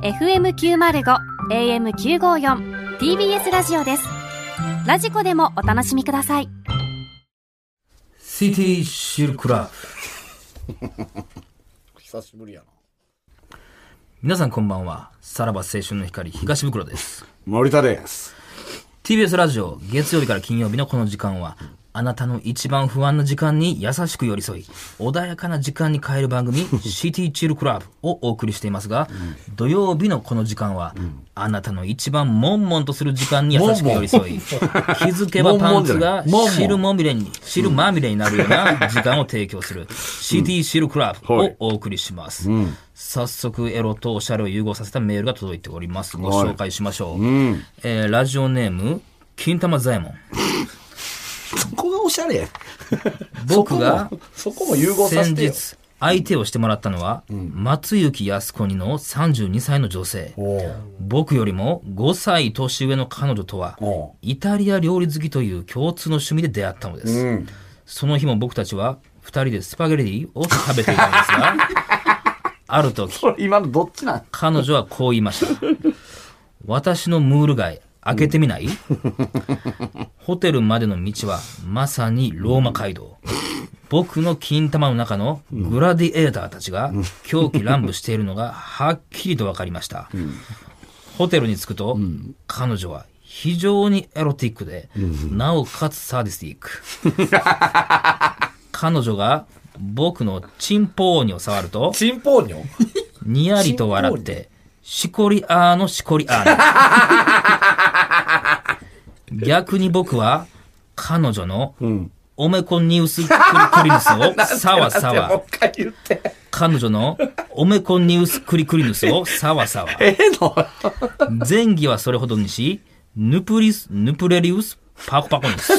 FM905 AM954 TBS ラジオです。ラジコでもお楽しみください。 シティシルクラブ久しぶりやな。 皆さんこんばんは。さらば青春の光東袋です。 森田です。 TBS ラジオ月曜日から金曜日のこの時間はあなたの一番不安な時間に優しく寄り添い穏やかな時間に変える番組シティチルクラブをお送りしていますが、土曜日のこの時間は、あなたの一番悶々とする時間に優しく寄り添い気づけばパンツが汁まみれになるような時間を提供するシティチルクラブをお送りします。早速エロとおしゃれを融合させたメールが届いております。ご紹介しましょう。ラジオネーム金玉左衛門。 そこがおしゃれ。 僕がそこも融合させてよ。 先日相手をしてもらったのは、松雪靖子にの32歳の女性。僕よりも5歳年上の彼女とはイタリア料理好きという共通の趣味で出会ったのです、その日も僕たちは2人でスパゲティを食べていたのですがある時今のどっちなん？ 彼女はこう言いました。私のムール貝開けてみない？ホテルまでの道はまさにローマ街道。僕の金玉の中のグラディエーターたちが狂気乱舞しているのがはっきりと分かりました。ホテルに着くと、彼女は非常にエロティックで、なおかつサディスティック。彼女が僕のチンポーニを触ると、 チンポーニョにやりと笑ってシコリアーのシコリアーの逆に僕は彼女のオメコニウスクリクリヌスをサワサワ彼女のオメコニウスクリクリヌスをサワサワ前儀はそれほどにしヌプレリウスパコパコニス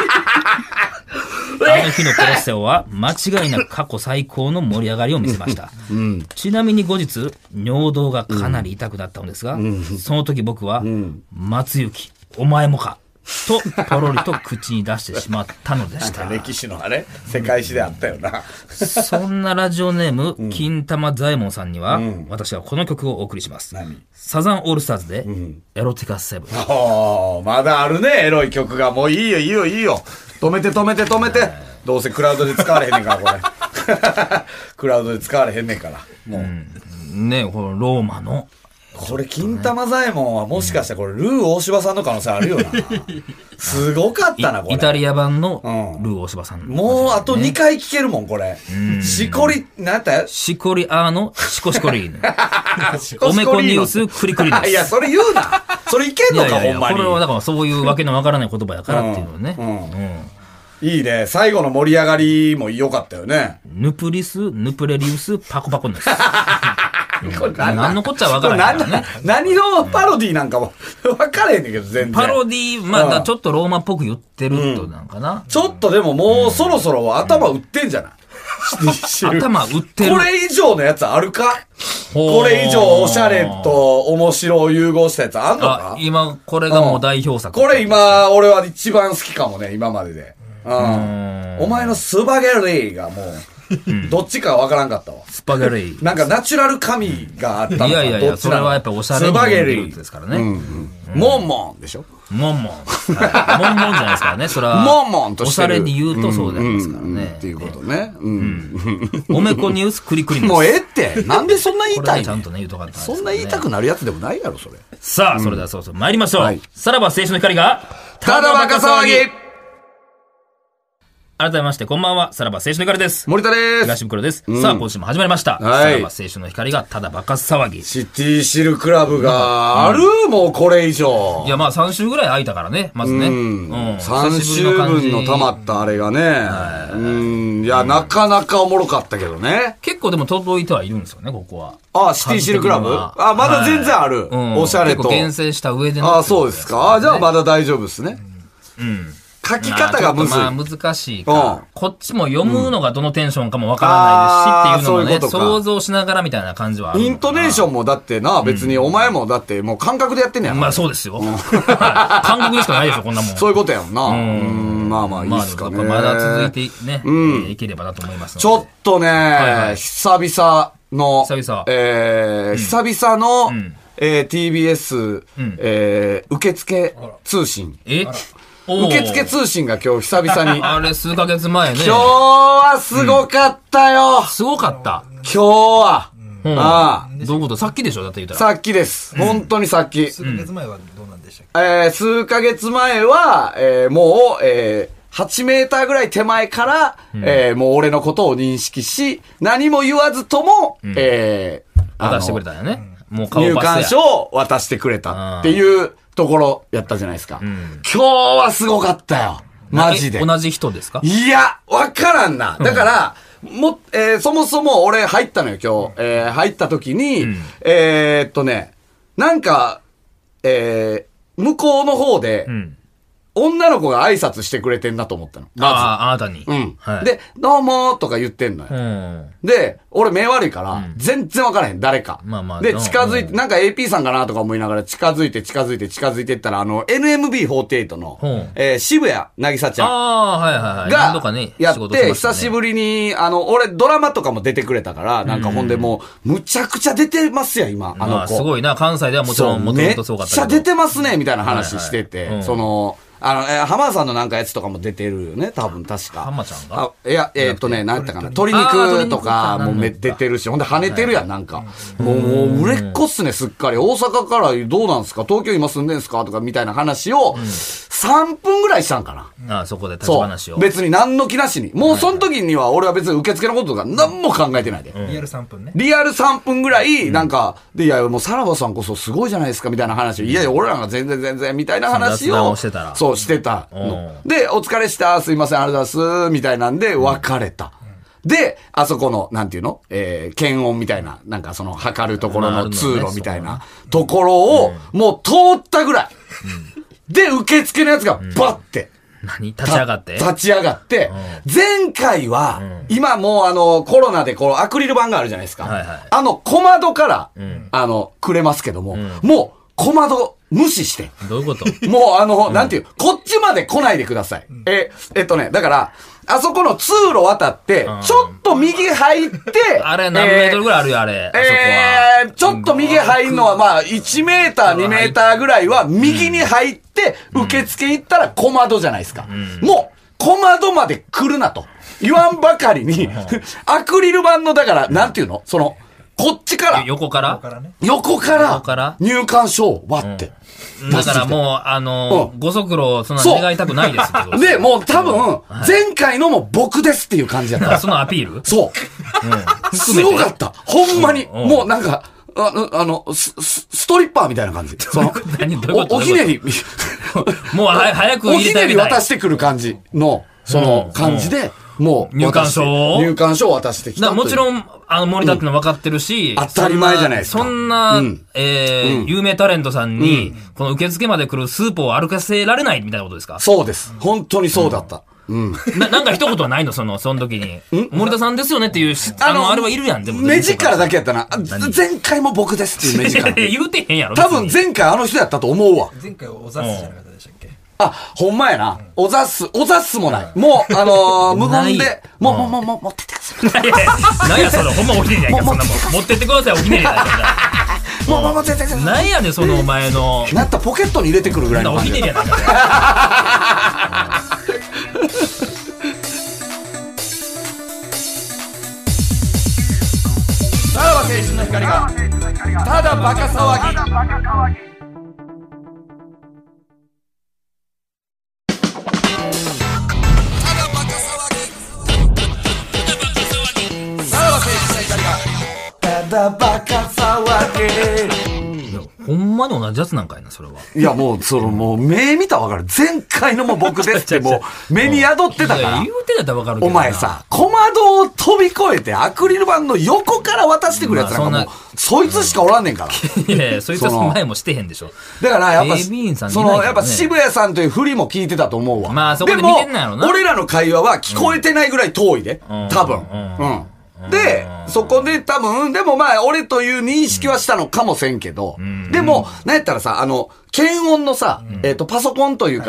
あの日のコロッセオは間違いなく過去最高の盛り上がりを見せました、ちなみに後日尿道がかなり痛くなったのですが、その時僕は、松雪お前もかとポロリと口に出してしまったのでした。 歴史のあれ世界史であったよな。 そんなラジオネーム、金玉左衛門さんには、私はこの曲をお送りします。サザンオールスターズで、エロティカセブン。 まだあるねエロい曲が。もういいよ止めてどうせクラウドで使われへんねんからこれクラウドで使われへんねんからもう、 ねこのローマのこれ金玉左衛門はもしかしたらこれルー大柴さんの可能性あるよな。すごかったなこれ。 イタリア版のルー大柴さん、 もうあと2回聞けるもんこれ。シコリなんやったシコリアーのシコシコリーヌオメコニウスクリクリヌス。 いやそれ言うな。それいけんのかほんまに。 これはだからそういうわけのわからない言葉やからっていうのね。 いいね。最後の盛り上がりも良かったよね。 ヌプレリウスパコパコヌス。これ何のこっちゃ分からないからね。 何のパロディなんかも分からへんねんけど全然。 パロディまあちょっとローマっぽく言ってるとなんかな、 ちょっとでももうそろそろ頭打ってんじゃない、 頭打ってる。 これ以上のやつあるか。これ以上おしゃれと面白を融合したやつあんのか。 今これがもう代表作、 これ今俺は一番好きかもね今までで。お前のスパゲリーがもうどっちかわからんかったわ。 スパゲリーなんかナチュラル神があったのか。 いやそれはやっぱおしゃれにスパゲリーですからね。 モンモンでしょ。 モンモンじゃないですからね。それはモンモンとしてる。 おしゃれに言うとそうなんですからね。 っていうことね。 オメコニウスクリクリヌス。 もうええってなんでそんな言いたいの。 ちゃんとね言うとかった。 そんな言いたくなるやつでもないやろそれ。 さあそれではそう参りましょう。さらば青春の光がただバカ騒ぎ。 改めましてこんばんは。さらば青春の光です。 森田です。 東袋です。さあ今週も始まりました、さらば青春の光がただバカ騒ぎ。 シティシルクラブがある、もうこれ以上。 いやまあ3週ぐらい空いたからねまずね、 3週分の溜まったあれがね、いやなかなかおもろかったけどね。 結構でも届いてはいるんですよねここは。 シティシルクラブまだ全然ある、おしゃれと結構厳選した上での。 そうですか。じゃあまだ大丈夫ですね。書き方がむずい。 まあ難しいか、こっちも読むのがどのテンションかもわからないですしっていうのもね、想像しながらみたいな感じはある。 イントネーションもだってな、別にお前もだってもう感覚でやってんねや。 まあそうですよ。感覚でしかないですよこんなもん。そういうことやもんな。まあまあいいっすかね。 まだ続いてね、いければなと思いますので。 ちょっとね、久々 の、 久々 久々の、TBS、受付通信。受付通信が今日久々に。 あれ数ヶ月前ね。 今日はすごかったよ。 すごかった。 今日は。ああ。 どういうこと？さっきでしょだって言ったら。 さっきです。本当にさっき。 数ヶ月前はどうなんでしたっけ？ 数ヶ月前は、もう、8メーターぐらい手前から、もう俺のことを認識し、何も言わずとも、 渡してくれたんやね。もう顔入パスや。 館証を渡してくれたっていうところやったじゃないですか。今日はすごかったよ。マジで。 同じ人ですか？ いや、わからんな。だから、そもそも俺入ったのよ、今日。入った時に、なんか、向こうの方で、女の子が挨拶してくれてんなと思ったの。 あなたに。 はい。で、どうもーとか言ってんのよ。で、俺目悪いから、全然わからへん、誰か。で、近づいて、なんか AP さんかなとか思いながら近づいていったら、NMB48 の、渋谷なぎさちゃん。が、やって、久しぶりに、俺ドラマとかも出てくれたから、なんかほんでもう、むちゃくちゃ出てますや、今、あの子。 すごいな、関西ではもちろん、もともとすごかったけど。 めっちゃ出てますね、みたいな話してて、浜田さんのなんかやつとかも出てるよね、多分確か。 浜ちゃんがいや、何やったかな。鶏肉とかも出てるし、ほんで跳ねてるやん、なんか。もう、売れっ子っすね、すっかり。大阪からどうなんすか？東京今住んでんすか？とかみたいな話を、3分ぐらいしたんかな。 そこで立ち話を。 別に何の気なしに。もうその時には俺は別に受付のこととか何も考えてないで。 リアル3分ね。 リアル3分ぐらい、なんか、で、いや、もうさらばさんこそすごいじゃないですか、みたいな話を。いやいや、俺らが全然、みたいな話を。そう、してたの。で、お疲れした、すいません、ありがとうございます、みたいなんで、別れた。で、あそこの、なんていうの検温みたいな、なんかその、測るところの通路みたいなところを、もう通ったぐらい。で、受付のやつがバッて。 立ち上がって、 前回は、今もうコロナでアクリル板があるじゃないですか。小窓から、くれますけども、もう、小窓、無視して。 どういうこと？ もうなんていう、こっちまで来ないでください。だから、あそこの通路渡って、ちょっと右入って、 あれ何メートルぐらいあるよ、あれ。 ちょっと右入るのはまあ、1メーター、2メーターぐらいは右に入って、受付行ったら小窓じゃないですか。もう、小窓まで来るなと。言わんばかりに、アクリル板の、だから、なんていうのこっちから。 横から入館証を割って。 だからもう、ご足労、そんな願いたくないですってことで、もう多分、前回のも僕ですっていう感じだった。 そのアピール？ そう。すごかった。ほんまに。もうなんか、ストリッパーみたいな感じ。おひねり。 もう早く入れたい。 おひねり渡してくる感じの、その感じで、もう、 入館証を渡してきた。 もちろん、森田っての分かってるし、 当たり前じゃないですか。 そんな、有名タレントさんに、この受付まで来るスープを歩かせられないみたいなことですか？ そうです。本当にそうだった。 なんか一言はないのその時に。森田さんですよねっていう、あれはいるやん、でも。 目力だけやったな。前回も僕ですっていう目力。 言うてへんやろ。 多分前回あの人やったと思うわ。 前回おざすじゃなかったでしたっけ？ ほんまやな。おざっすもない。もう、無言で、持ってってください。 なんやそれ、ほんまおひねりやんか、そんなもん。持ってってください、おひねりやんか。 もう、全然。 なんやねん、そのお前の。 なったポケットに入れてくるぐらいの感じ。 おひねりやんか。 さらば青春の光が、ただバカ騒ぎ。ただバカ騒ぎ。 ほんまに同じやつなんかいな、それは。 いや、もう、もう、目見たらわかる。前回のも僕ですって、もう、目に宿ってたから。 言うてたらわかるけど。 お前さ、小窓を飛び越えて、アクリル板の横から渡してくるやつなんかもう、そいつしかおらんねんから。 いやそいつは前もしてへんでしょ。 だから、やっぱ、 やっぱ渋谷さんという振りも聞いてたと思うわ。 まあ、そこで見てんのやろな。 俺らの会話は聞こえてないぐらい遠いで。多分。で、そこで多分、でもまあ、俺という認識はしたのかもせんけど、でも、なんやったらさ、検温のさ、パソコンというか、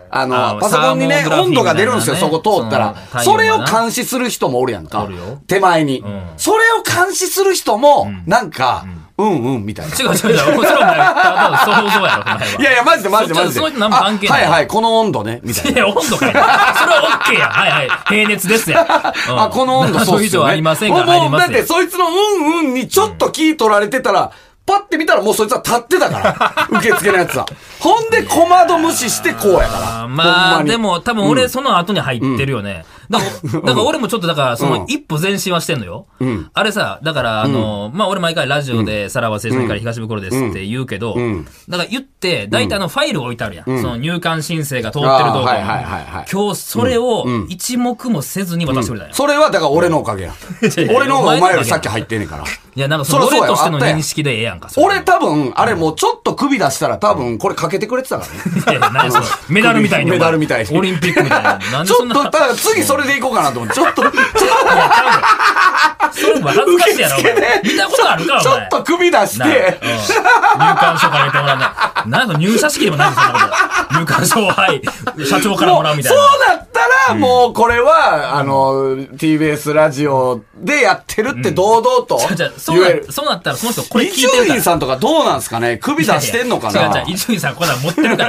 パソコンにね、温度が出るんですよ、そこ通ったら。それを監視する人もおるやんか。手前に。それを監視する人も、なんか、みたいな。 違う。それはお前、想像やろ、お前は。 いや、マジで。 そういうの何も関係ない。 はい、この温度ね、みたいな。 いや、温度かいな。それは OK や。はい。平熱ですや。 この温度そうっすよね。 以上ありませんが入りますよ。 だって、そいつのにちょっと気取られてたら、パッて見たらもうそいつは立ってたから。受付のやつは。ほんで、小窓無視してこうやから。 まあ、でも多分俺その後に入ってるよね。だから俺もちょっとだからその一歩前進はしてんのよ。あれさ、だからまあ俺毎回ラジオでさらば青春から東袋ですって言うけど、だから言って、大体ファイル置いてあるやん。その入館申請が通ってる動画。今日それを一目もせずに渡してくれたんや。 それはだから俺のおかげや。俺の方がお前よりさっき入ってんねんから。 いや、なんかその俺としての認識でええやんか。 俺多分、あれもうちょっと首出したら多分これかけてくれてたからね。 いや、何それ。メダルみたいに。 メダルみたいに。 オリンピックみたいな。なんでそんな。ちょっと、次それでいこうかなと思って。ちょっと。いや、ちゃうそれも恥ずかしいやろ、お前。見たことあるか、お前。 ちょっと首出して。 入館証から入れてもらうね。なんか入社式でもないんですよ、そんなこと。入館証、はい。社長からもらうみたいな。 そうだったら、もうこれは、TBS ラジオでやってるって堂々と言える。 そうなったら、その人これ聞いてるから。伊集院さんとかどうなんすかね、首出してんのかな。 違う、伊集院さんこんなん持ってるから。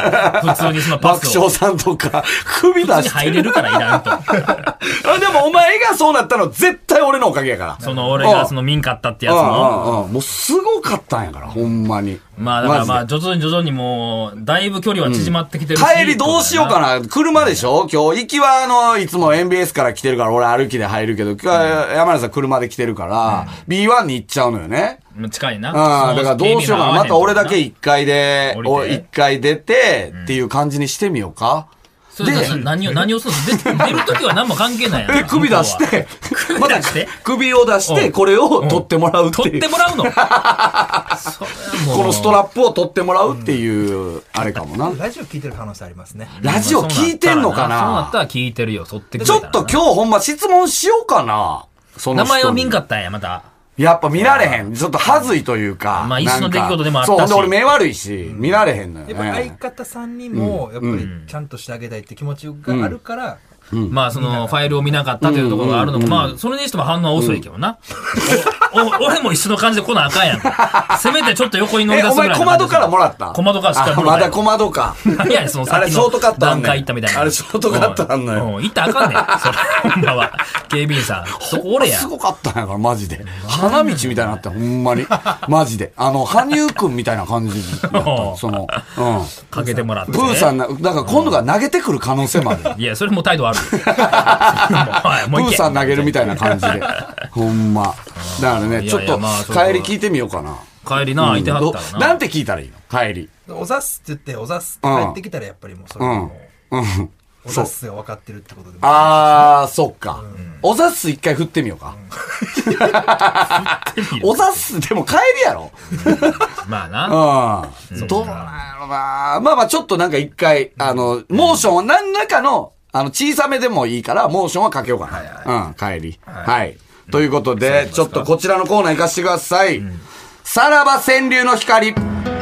普通にそのパスを。 爆笑さんとか、首出して。 普通に入れるからいらんと。 でもお前がそうなったの絶対俺のおかげやから。 その俺がその民家ったってやつも。 もうすごかったんやから、ほんまに。 まあだからまあ徐々にもう、だいぶ距離は縮まってきてるし。 帰りどうしようかな。車でしょ今日、行きはいつも MBS から来てるから俺歩きで入るけど、山根さん車で来てるから、B1 に行っちゃうのよね。 近いな。 だからどうしようかな。また俺だけ1回出てっていう感じにしてみようか。 で、何をするの出るときは何も関係ないやん。 首出して、また首を出して、これを取ってもらうっていう。 取ってもらうのこのストラップを取ってもらうっていう、あれかもな。 ラジオ聞いてる可能性ありますね。 ラジオ聞いてんのかな。 そうなったら聞いてるよ、取ってくれちょっと今日ほんま質問しようかな。 名前は見んかったんや、また。 やっぱ見られへん。ちょっと恥ずいというか。 まあ一種の出来事でもあったし。 そう、で俺目悪いし、見られへんのよね。 やっぱ相方さんにも、やっぱりちゃんとしてあげたいって気持ちがあるから、 まあそのファイルを見なかったというところがあるのも、まあそれにしても反応は遅いけどな。俺も一緒の感じで来なあかんやん。せめてちょっと横に乗り出すぐらい。 お前小窓からもらった？ 小窓からしっかりもらった。 まだ小窓か。 何やねん、そのあれショートカットあんねん。 段階行ったみたいな。 あれショートカットあんのよ。 行ったらあかんねん。それ、ほんまは。警備員さん。そこ俺や。 すごかったんやから、マジで。花道みたいになって、ほんまに。マジで。羽生くんみたいな感じだった。 かけてもらって。 プーさんだから今度が投げてくる可能性もある。 いや、それも態度ある。 プーさん投げるみたいな感じで。ほんま。だからね、ちょっと帰り聞いてみようかな。 帰りな、いてはったらな。 なんて聞いたらいいの帰り。 おざっすって言って、おざっすって帰ってきたらやっぱりもうそれはもう、おざっすが分かってるってことで。 そっか。おざっす一回振ってみようか。おざっすでも帰りやろ。 まあな。 どうなんやろな。まあちょっとなんか一回、モーションを何らかの、小さめでもいいから、モーションはかけようかな。帰り。はい。ということで、ちょっとこちらのコーナー行かせてください。さらば川柳の光。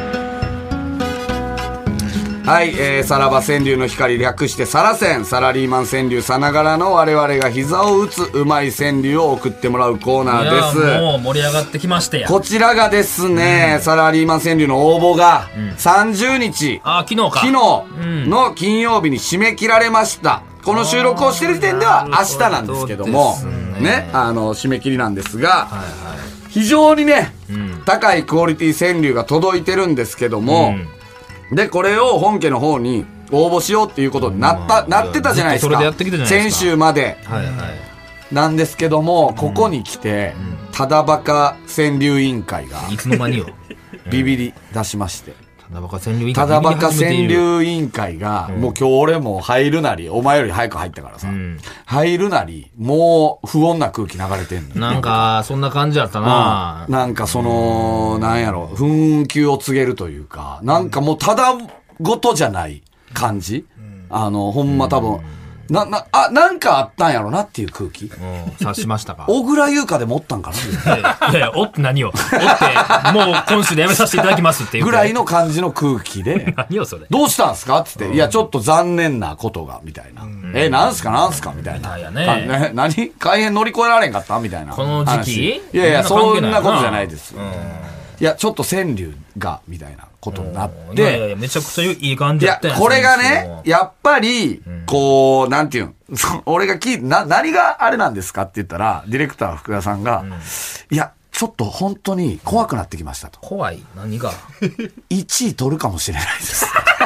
はい、さらば川柳の光略してサラ川、サラリーマン川柳さながらの我々が膝を打つうまい川柳を送ってもらうコーナーです。 いやもう盛り上がってきましてや。 こちらがですね、サラリーマン川柳の応募が30日、 昨日の金曜日に締め切られました。この収録をしてる時点では明日なんですけども、ね、締め切りなんですが、非常にね、高いクオリティ川柳が届いてるんですけども、で、これを本家の方に応募しようっていうことになってたじゃないですか。先週まで。なんですけども、ここに来て、ただバカ川柳委員会が、 いつの間によ。 ビビり出しまして。 ただバカ川柳委員会。 ただバカ川柳委員会が、もう今日俺も入るなり、お前より早く入ったからさ、入るなり、もう不穏な空気流れてんの。 なんか、そんな感じやったな。 なんかなんやろ、紛糾を告げるというか、なんかもうただごとじゃない感じ。ほんま多分、 なんかあったんやろなっていう空気。 察しましたか。 小倉優香で持ったんかな。 いや、おって何を。おって、もう今週でやめさせていただきますっていう。 ぐらいの感じの空気で。 何よ、それ。 どうしたんすかって言って、いや、ちょっと残念なことが、みたいな。なんすかみたいな。何改変乗り越えられんかったみたいな。 この時期いや、そんなことじゃないです。いや、ちょっと川柳が、みたいなことになって。 いや、めちゃくちゃいい感じだったやん。 これがね、やっぱり、こう、なんていうん、俺が何があれなんですかって言ったら、ディレクター福田さんが、いや、ちょっと本当に怖くなってきましたと。 怖い？何が 1位取るかもしれないです。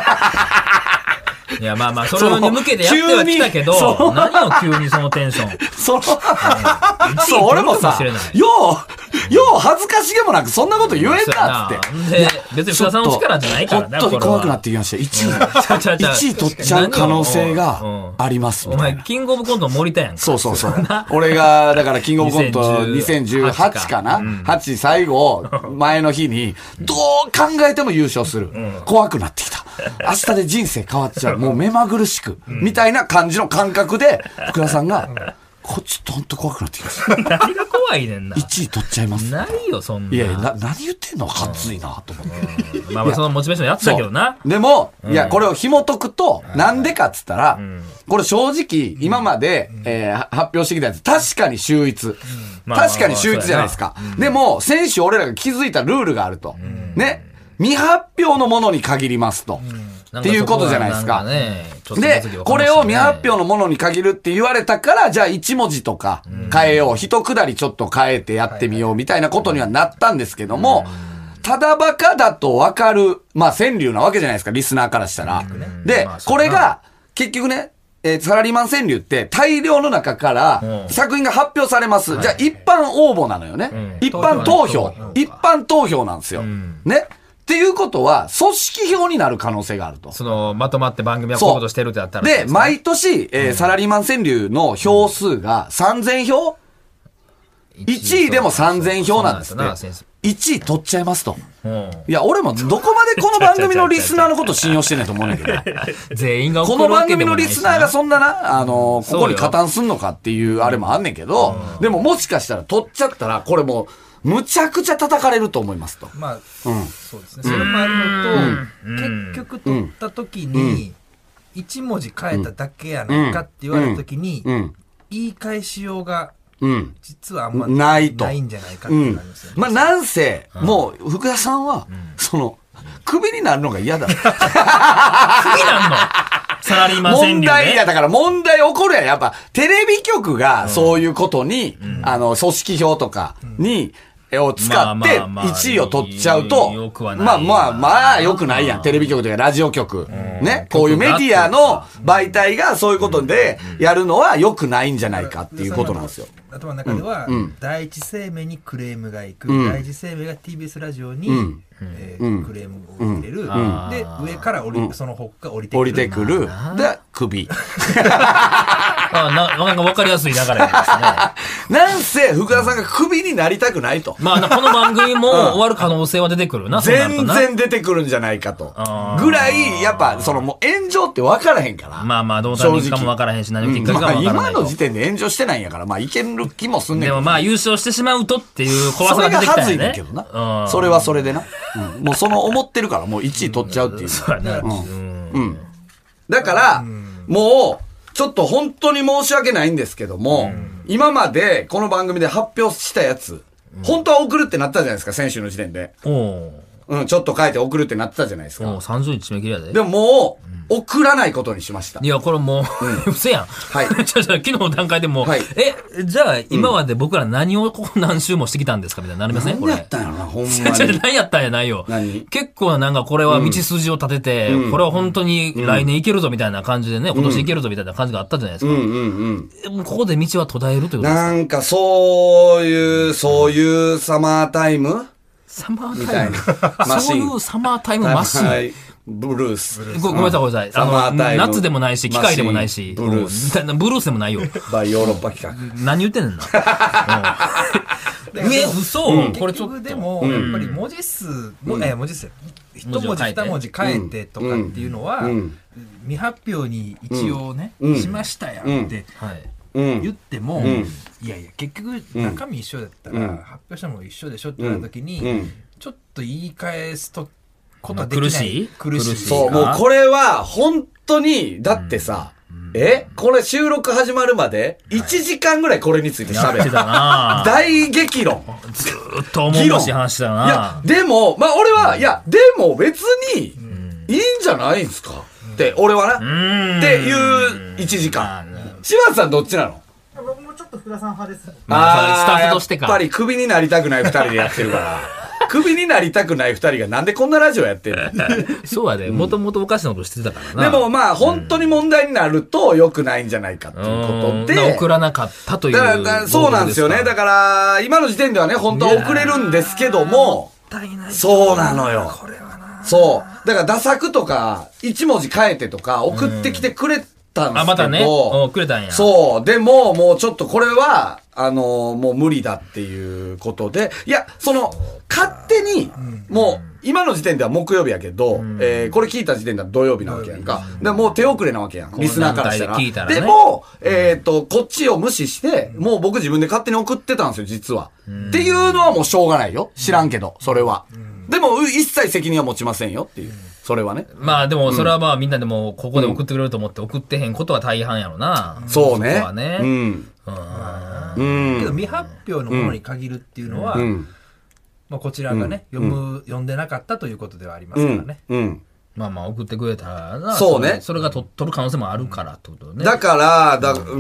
いや、まあ、それに向けてやってはきたけど、何を急にそのテンション。 そう、俺もさ、よう恥ずかしげもなくそんなこと言えんなっつって。 で、別に福田さんの力じゃないからね。 本当に怖くなってきました。1位取っちゃう可能性があります。 お前、キングオブコント森田やんか。 そう。俺が、だからキングオブコント2018かな ?8 最後、前の日に、どう考えても優勝する。怖くなってきた。明日で人生変わっちゃう。もう目まぐるしく。みたいな感じの感覚で、福田さんが、ちょっと本当怖くなってきました。 何が怖いねんな。 1位取っちゃいます。 ないよ、そんな。 いや、何言ってんの熱いなと思って。 まあ、そのモチベーションやってたけどな。 でも、いや、これを紐解くと、なんでかっつったら、これ正直、今まで、発表してきたやつ、確かに秀逸。確かに秀逸じゃないですか。でも、先週俺らが気づいたルールがあると。ね。未発表のものに限りますと。っていうことじゃないですか。で、これを未発表のものに限るって言われたから、じゃあ1文字とか変えよう。一くだりちょっと変えてやってみようみたいなことにはなったんですけども、ただバカだとわかる、まあ川柳なわけじゃないですか、リスナーからしたら。で、これが、結局ね、サラリーマン川柳って大量の中から作品が発表されます。じゃあ一般応募なのよね。一般投票なんですよ。ね。っていうことは、組織票になる可能性があると。 まとまって番組はこういうことしてるってやったら。 で、毎年、サラリーマン川柳の票数が3000票 ?1 位でも3000票なんですね。1位取っちゃいますと。いや、俺もどこまでこの番組のリスナーのこと信用してんねんと思うねんけど。 全員がこの番組のリスナーがそんなな、ここに加担すんのかっていうあれもあんねんけど、でももしかしたら取っちゃったら、これもう、むちゃくちゃ叩かれると思いますと。 まあ、そうですね。それもあるのと、結局取った時に、一文字変えただけやないかって言われた時に、言い返しようが、実はあんまないんじゃないかってなりますよね。 まあ、なんせ、もう、福田さんは、クビになるのが嫌だ。クビなんのサラリーマン川柳で。 だから問題起こるやん。やっぱ、テレビ局がそういうことに、組織票とかに、を使って1位を取っちゃうと、まあ良くないやん。テレビ局とかラジオ局。ね。こういうメディアの媒体がそういうことでやるのは良くないんじゃないかっていうことなんですよ。 頭の中では、第一生命にクレームがいく。第一生命が TBS ラジオに、クレームを入れる。で、上からその方が降りてくる。 降りてくる。で、首。 なんか分かりやすい流れですね。 なんせ、福田さんがクビになりたくないと。 まあ、この番組も終わる可能性は出てくるな、 全然出てくるんじゃないかと。ぐらい、やっぱ、もう炎上って分からへんから。 まあ、どうなるかも分からへんし、何をきっかけかも分からない。 今の時点で炎上してないんやから、まあ、いける気もすんねんけど。 でもまあ、優勝してしまうとっていう怖さが出てきたよね。それがはずいねんけどな。それはそれでな。もう思ってるから、もう1位取っちゃうっていう。そうやね。だから、もう、ちょっと本当に申し訳ないんですけども、今までこの番組で発表したやつ、本当は送るってなったじゃないですか、先週の時点で。ちょっと書いて送るってなってたじゃないですか。 30日締め切りやで。 でももう、送らないことにしました。 いや、これもう、嘘やん。はい。昨日の段階でも、じゃあ、今まで僕ら何を何週もしてきたんですかみたいになりません？ 何やったんやろな、ほんまに。 何やったんやないよ。結構なんかこれは道筋を立てて、これは本当に来年いけるぞみたいな感じでね、今年いけるぞみたいな感じがあったじゃないですか。ここで道は途絶えるということですか？ なんかそういうサマータイムサマーみたいタイムな。 そういうサマータイムマシン。 はい。ブルース。 ごめんなさい、ごめんなさい。 サマータイム夏でもないし、機械でもないし、 ブルース。 ブルースでもないよ。 バイヨーロッパ企画。 何言ってんねんな。嘘これちょっと。 でも、やっぱり文字数、文字数、一文字二文字変えてとかっていうのは、未発表に一応ね、しましたやんって言っても、いやいや、結局中身一緒だったら、発表したのも一緒でしょって言われた時に、ちょっと言い返すことはできない。苦しい。 そう、もうこれは本当に、だってさ、これ収録始まるまで1時間ぐらいこれについて喋る。大激論。 ずっと思うましい話だな。 いや、でも、まあ俺は、いや、でも別にいいんじゃないんすかって、俺はな。っていう1時間。柴田さんどっちなの？ 僕もちょっと福田さん派です。 スタッフとしてか。 やっぱりクビになりたくない2人でやってるから。クビになりたくない2人がなんでこんなラジオやってるの？ そうやで、もともとおかしなことしてたからな。 でもまあ本当に問題になると良くないんじゃないかっていうことで。 送らなかったという。 そうなんですよね。だから、今の時点ではね、本当は送れるんですけども、そうなのよ。そう。だから、打作とか、1文字変えてとか、送ってきてくれたんですけど。 またね。くれたんや。 そう。でも、もうちょっとこれは、もう無理だっていうことで、いや、勝手に、もう、今の時点では木曜日やけど、これ聞いた時点では土曜日なわけやんか。でもう手遅れなわけやん。リスナーからしたら。でも、こっちを無視して、もう僕自分で勝手に送ってたんですよ、実は。っていうのはもうしょうがないよ。知らんけど、それは。でも、一切責任は持ちませんよっていう。それはね。 まあでも、それはまあみんなでも、ここで送ってくれると思って送ってへんことは大半やろな。 そうね。 そうはね。 けど未発表のものに限るっていうのは、まあこちらがね、読んでなかったということではありますからね。 まあまあ送ってくれたらな。 そうね。 それが取る可能性もあるからってことね。 だから、だから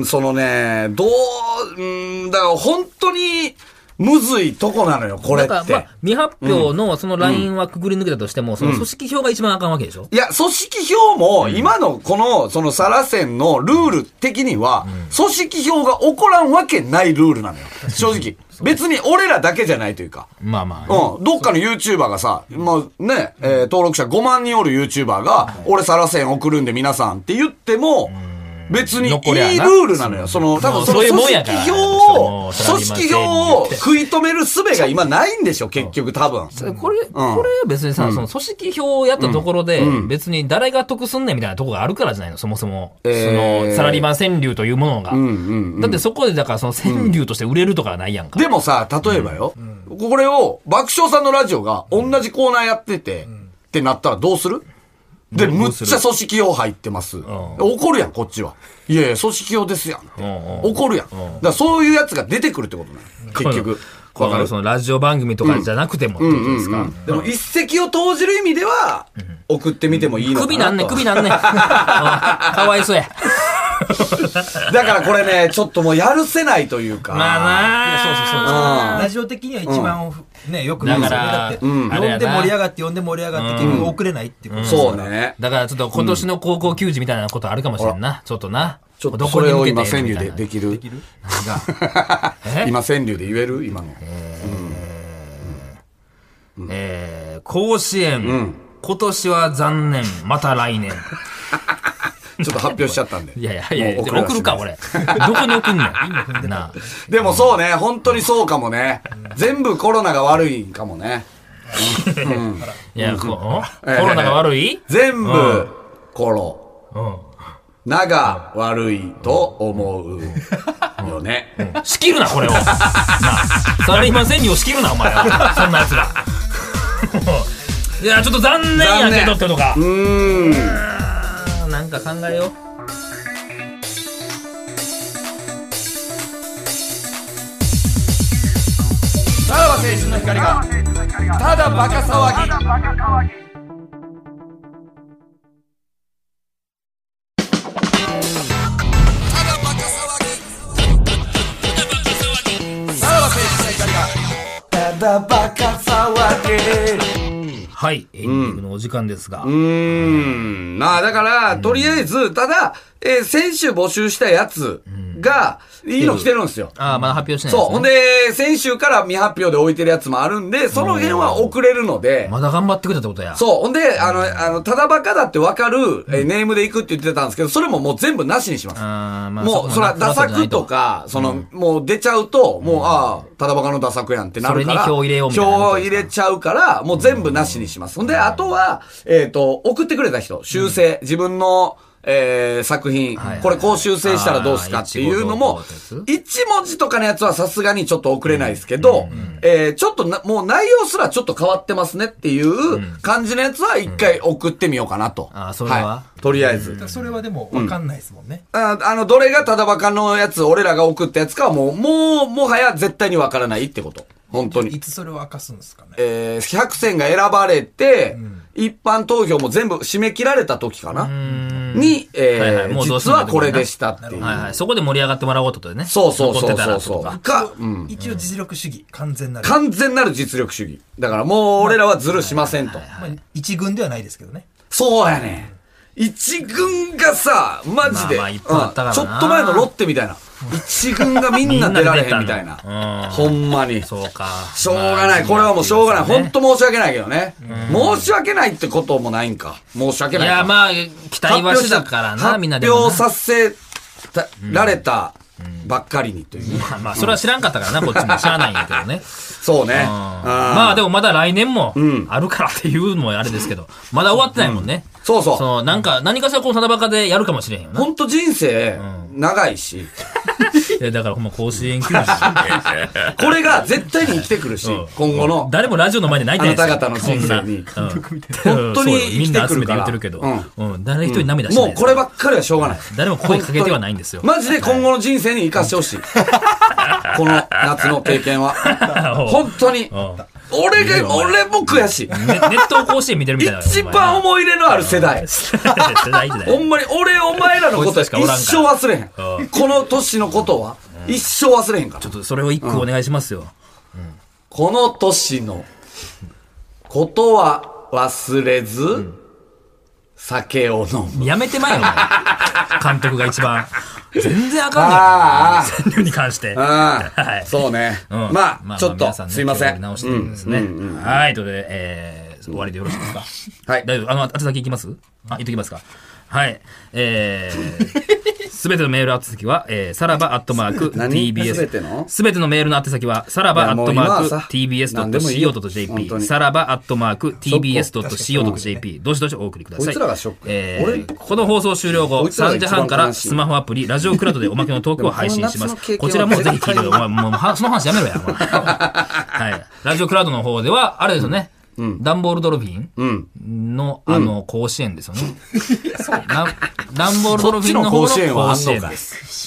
本当に、むずいとこなのよ、これって。 だから、まあ、未発表のそのラインはくぐり抜けたとしても、その組織票が一番あかんわけでしょ？ いや、組織票も、今のこの、サラセンのルール的には、組織票が起こらんわけないルールなのよ。正直。別に俺らだけじゃないというか。 まあまあ。どっかの YouTuber がさ、まあね、登録者5万人おる YouTuber が、俺サラセン送るんで皆さんって言っても、別にいいルールなのよ。多分その組織票を食い止める術が今ないんでしょ、結局多分。 これ別にさ、その組織票をやったところで、別に誰が得すんねんみたいなとこがあるからじゃないの、そもそも。サラリーマン川柳というものが。だってそこでだからその川柳として売れるとかはないやんか。 でもさ、例えばよ、これを爆笑さんのラジオが同じコーナーやってて、ってなったらどうする？で、むっちゃ組織票入ってます。怒るやん、こっちは。いやいや、組織票ですやん。怒るやん。だからそういうやつが出てくるってことなの。結局。 わかる？そのラジオ番組とかじゃなくてもってことですか？ でも一石を投じる意味では、送ってみてもいいのかなと。 首なんねん。かわいそうや。 だからこれね、ちょっともうやるせないというか。 まあそう。ラジオ的には一番ね、よくないですよね。だって、呼んで盛り上がって結局送れないっていうことですから。 そうね。 だからちょっと今年の高校球児みたいなことあるかもしれんな。ちょっとな。 ちょっとそれを今川柳でできる？今川柳で言える？今の。 甲子園、今年は残念、また来年。 ちょっと発表しちゃったんで。 いや、送るか、俺。どこに送んねん。なでもそうね、本当にそうかもね。全部コロナが悪いかもね。 いや、コロナが悪い？ 全部、コロ。なが悪いと思うよね。 仕切るな、これを。サラリーマン川柳を仕切るな、お前は。そんなやつが。いや、ちょっと残念やけどってことか。なんか考えよう。 さらば青春の光がただバカ騒ぎ。 はい、エンディングのお時間ですが。 まあだから、とりあえず、ただ、先週募集したやつが、いいの来てるんですよ。 ああ、まだ発表しないですね。そう。ほんで、先週から未発表で置いてるやつもあるんで、その辺は遅れるので。 まだ頑張ってくれたってことや。 そう。ほんで、ただバカだってわかる、ネームで行くって言ってたんですけど、それももう全部なしにします。もう、そら、ダサとか、もう出ちゃうと、もう、ただバカのダサやんってなるから。 それに票入れようみたいな。 票入れちゃうから、もう全部なしにします。ほんで、あとは、送ってくれた人、修正、自分の、作品、これこう修正したらどうすかっていうのも、一文字とかのやつはさすがにちょっと送れないですけど、ちょっともう内容すらちょっと変わってますねっていう感じのやつは一回送ってみようかなと。 それはとりあえず。 それはでも分かんないですもんね。 どれがただバカのやつ、俺らが送ったやつかはもはや絶対に分からないってこと。本当に。 いつそれを明かすんですかね。 100選が選ばれて、一般投票も全部締め切られた時かなに、実はこれでしたっていう。 そこで盛り上がってもらおうとでね。 そう。 一応実力主義、完全なる実力主義。だからもう俺らはズルしませんと。 一軍ではないですけどね。 そうやね。一軍がさ、マジで、ちょっと前のロッテみたいな。一軍がみんな出られへんみたいな。ほんまに。 そうか。 しょうがない。これはもうしょうがない。ほんと申し訳ないけどね。申し訳ないってこともないんか。申し訳ない。 いや、まあ、期待はしてたからな、みんなで。 発表させられたばっかりにという。 まあ、それは知らんかったからな、こっちも知らないんやけどね。 そうね。 まあ、でもまだ来年もあるからっていうのもあれですけど、まだ終わってないもんね。 そう。 何かしらこのただバカでやるかもしれへんよな。 ほんと人生、長いし。 だからほんま甲子園球児。 これが絶対に生きてくるし、今後の。 誰もラジオの前で泣いてないですよ。 あなた方の人生に。本当に生きてくるから。 みんな集めて言ってるけど。誰一人涙してない。 もうこればっかりはしょうがない。 誰も声かけてはないんですよ。 マジで今後の人生に生かしてほしい。この夏の経験は。本当に。俺も悔しい。 熱湯甲子園見てるみたいな。 一番思い入れのある世代。ほんまに俺お前らのこと一生忘れへん。この年のことは一生忘れへんから。 ちょっとそれを一句お願いしますよ。 この年のことは忘れず、酒を飲む。 やめてまえよ、監督が一番。全然あかんねん。川柳に関して。 そうね。まあ、ちょっと、すいません。 直してるんですね。はい。ということで、終わりでよろしいですか？はい。大丈夫。宛先いきます？言っときますか？はい。すべてのメール宛先は、さらば@tbs。すべてのメールの宛先は、さらば@tbs.co.jp。さらば@tbs.co.jp。どしどしお送りください。この放送終了後、3時半からスマホアプリ、ラジオクラウドでおまけのトークを配信します。こちらもぜひ聞いてください。もう、その話やめろや。はい。ラジオクラウドの方では、あれですよね。ダンボールドルフィンの、甲子園ですよね。ダンボールドルフィンの方の甲子園です。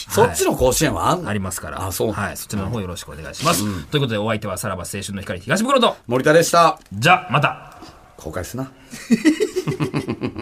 そっちの甲子園はありますから。はい。そちらの方よろしくお願いします。ということで、お相手はさらば青春の光東袋と森田でした。 じゃ、また。 公開すな。